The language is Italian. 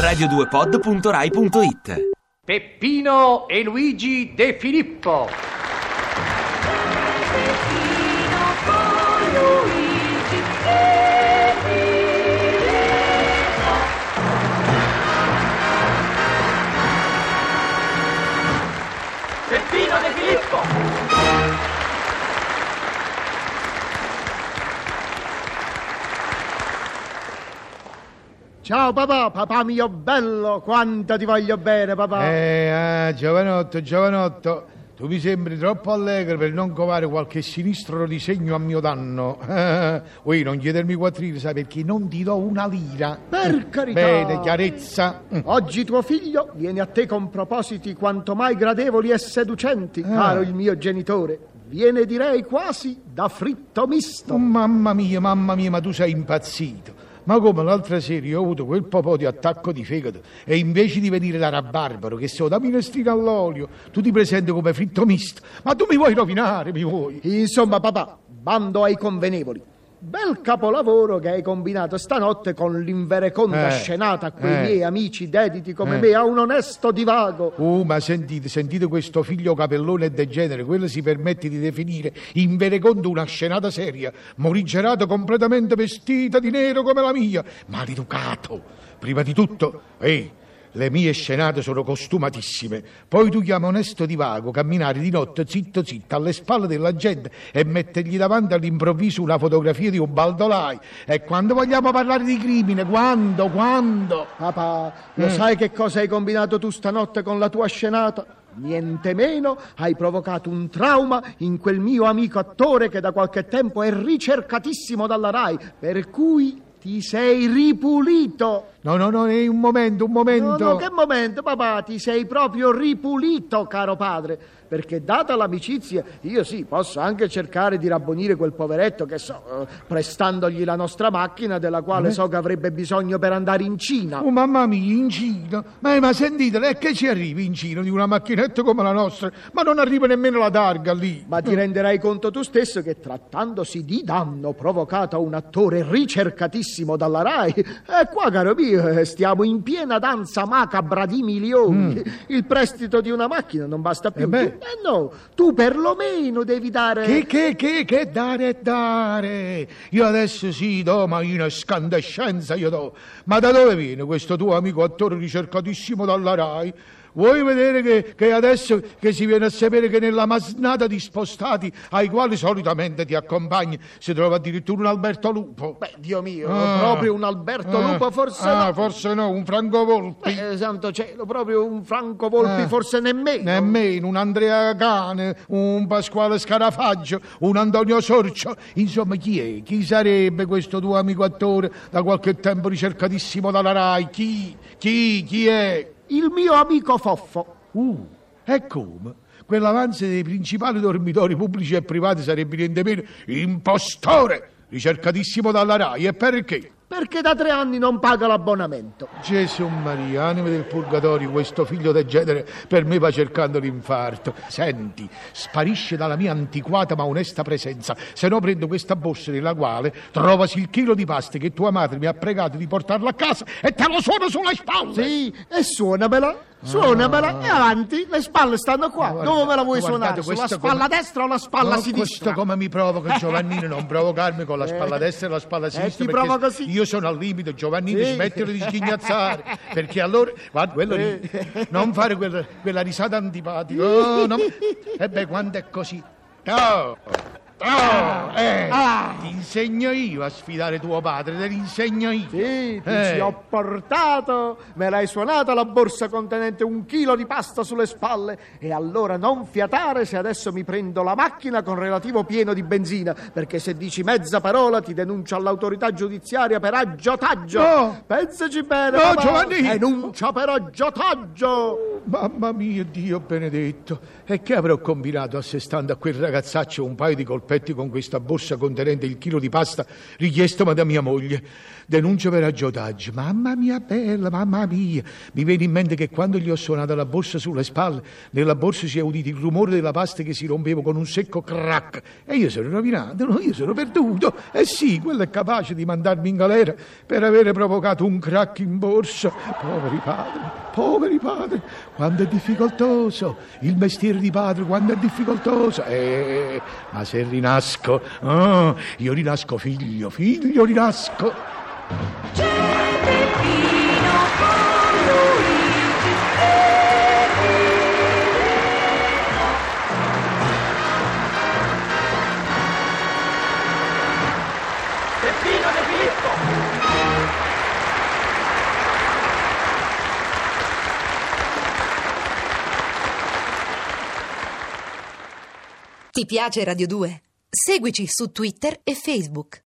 radio2pod.rai.it. Peppino e Luigi De Filippo. Peppino De Filippo. Ciao papà mio bello, quanto ti voglio bene papà. Giovanotto, tu mi sembri troppo allegro per non covare qualche sinistro disegno a mio danno. Ui, non chiedermi quattrini, sai, perché non ti do una lira. Per carità. Bene, chiarezza. Oggi tuo figlio viene a te con propositi quanto mai gradevoli e seducenti, caro il mio genitore. Viene, direi, quasi da fritto misto. Oh, mamma mia, ma tu sei impazzito. Ma come l'altra sera io ho avuto quel po' di attacco di fegato e invece di venire da rabarbaro che so da minestrino all'olio, tu ti presenti come fritto misto. Ma tu mi vuoi rovinare, mi vuoi? Insomma papà, bando ai convenevoli. Bel capolavoro che hai combinato stanotte con l'invereconda scenata a quei miei amici dediti come me a un onesto divago. Ma sentite questo figlio capellone e degenere, quello si permette di definire invereconda una scenata seria, morigerato completamente vestita di nero come la mia, maleducato. Prima di tutto, le mie scenate sono costumatissime. Poi tu chiami onesto divago camminare di notte zitto alle spalle della gente e mettergli davanti all'improvviso una fotografia di un baldolai. E quando vogliamo parlare di crimine? Quando? Papà, lo sai che cosa hai combinato tu stanotte con la tua scenata? Niente meno, hai provocato un trauma in quel mio amico attore che da qualche tempo è ricercatissimo dalla Rai, per cui ti sei ripulito. No, è un momento. No, che momento, papà? Ti sei proprio ripulito, caro padre. Perché data l'amicizia, io sì, posso anche cercare di rabbonire quel poveretto, che so, prestandogli la nostra macchina, della quale so che avrebbe bisogno per andare in Cina. Oh, mamma mia, in Cina? Ma sentite, è che ci arrivi in Cina di una macchinetta come la nostra? Ma non arriva nemmeno la targa lì. Ma ti renderai conto tu stesso che trattandosi di danno provocato a un attore ricercatissimo dalla Rai, qua, caro mio, stiamo in piena danza macabra di milioni. Il prestito di una macchina non basta più. No, tu perlomeno devi dare... Che dare? Io adesso sì do, ma in escandescenza io do. Ma da dove viene questo tuo amico attore ricercatissimo dalla Rai? Vuoi vedere che adesso che si viene a sapere che nella masnada di spostati ai quali solitamente ti accompagni si trova addirittura un Alberto Lupo? Beh, Dio mio, proprio un Alberto Lupo forse no. Forse no, un Franco Volpi. Santo cielo, proprio un Franco Volpi forse nemmeno. Un Andrea Cane, un Pasquale Scarafaggio, un Antonio Sorcio. Insomma, chi è? Chi sarebbe questo tuo amico attore da qualche tempo ricercatissimo dalla Rai? Chi è? Il mio amico Foffo. E come? Quell'avanzo dei principali dormitori pubblici e privati sarebbe niente meno impostore, ricercatissimo dalla Rai. E perché? Perché da 3 anni non paga l'abbonamento. Gesù Maria, anima del purgatorio, questo figlio del genere per me va cercando l'infarto. Senti, sparisce dalla mia antiquata ma onesta presenza, se no prendo questa borsa nella quale trovasi il chilo di pasta che tua madre mi ha pregato di portarlo a casa e te lo suono sulle spalle. Sì, e suonamela e avanti, le spalle stanno qua. Dove me la vuoi suonare? Sulla spalla destra o la spalla sinistra? Questo come mi provoca, Giovannino, non provocarmi con la spalla destra e la spalla sinistra, ti provoca così. Io sono al limite, Giovannino, smettilo di sghignazzare, perché allora, guarda, quello lì, non fare quella risata antipatica. Quando è così. Ti insegno io a sfidare tuo padre, te l'insegno io. Sì, ci ho portato. Me l'hai suonata la borsa contenente 1 chilo di pasta sulle spalle. E allora non fiatare se adesso mi prendo la macchina con relativo pieno di benzina, perché se dici mezza parola ti denuncio all'autorità giudiziaria per aggiotaggio. No. Pensaci bene, no, Giovanni. Denuncia per aggiotaggio. Mamma mia, Dio benedetto. E che avrò combinato assestando a quel ragazzaccio un paio di colpetti con questa borsa contenente il chilo di pasta richiesto da mia moglie? Denuncio per aggiotaggio. Mamma mia bella, mamma mia. Mi viene in mente che quando gli ho suonato la borsa sulle spalle, nella borsa si è udito il rumore della pasta che si rompeva con un secco crack. E io sono rovinato, no? Io sono perduto. E sì, quello è capace di mandarmi in galera per avere provocato un crack in borsa. Poveri padri, quando è difficoltoso. Il mestiere di padre, quando è difficoltoso. Ma se rinasco, io rinasco figlio rinasco. C'è Peppino con Luigi Peppino De Filippo! Ti piace Radio 2? Seguici su Twitter e Facebook.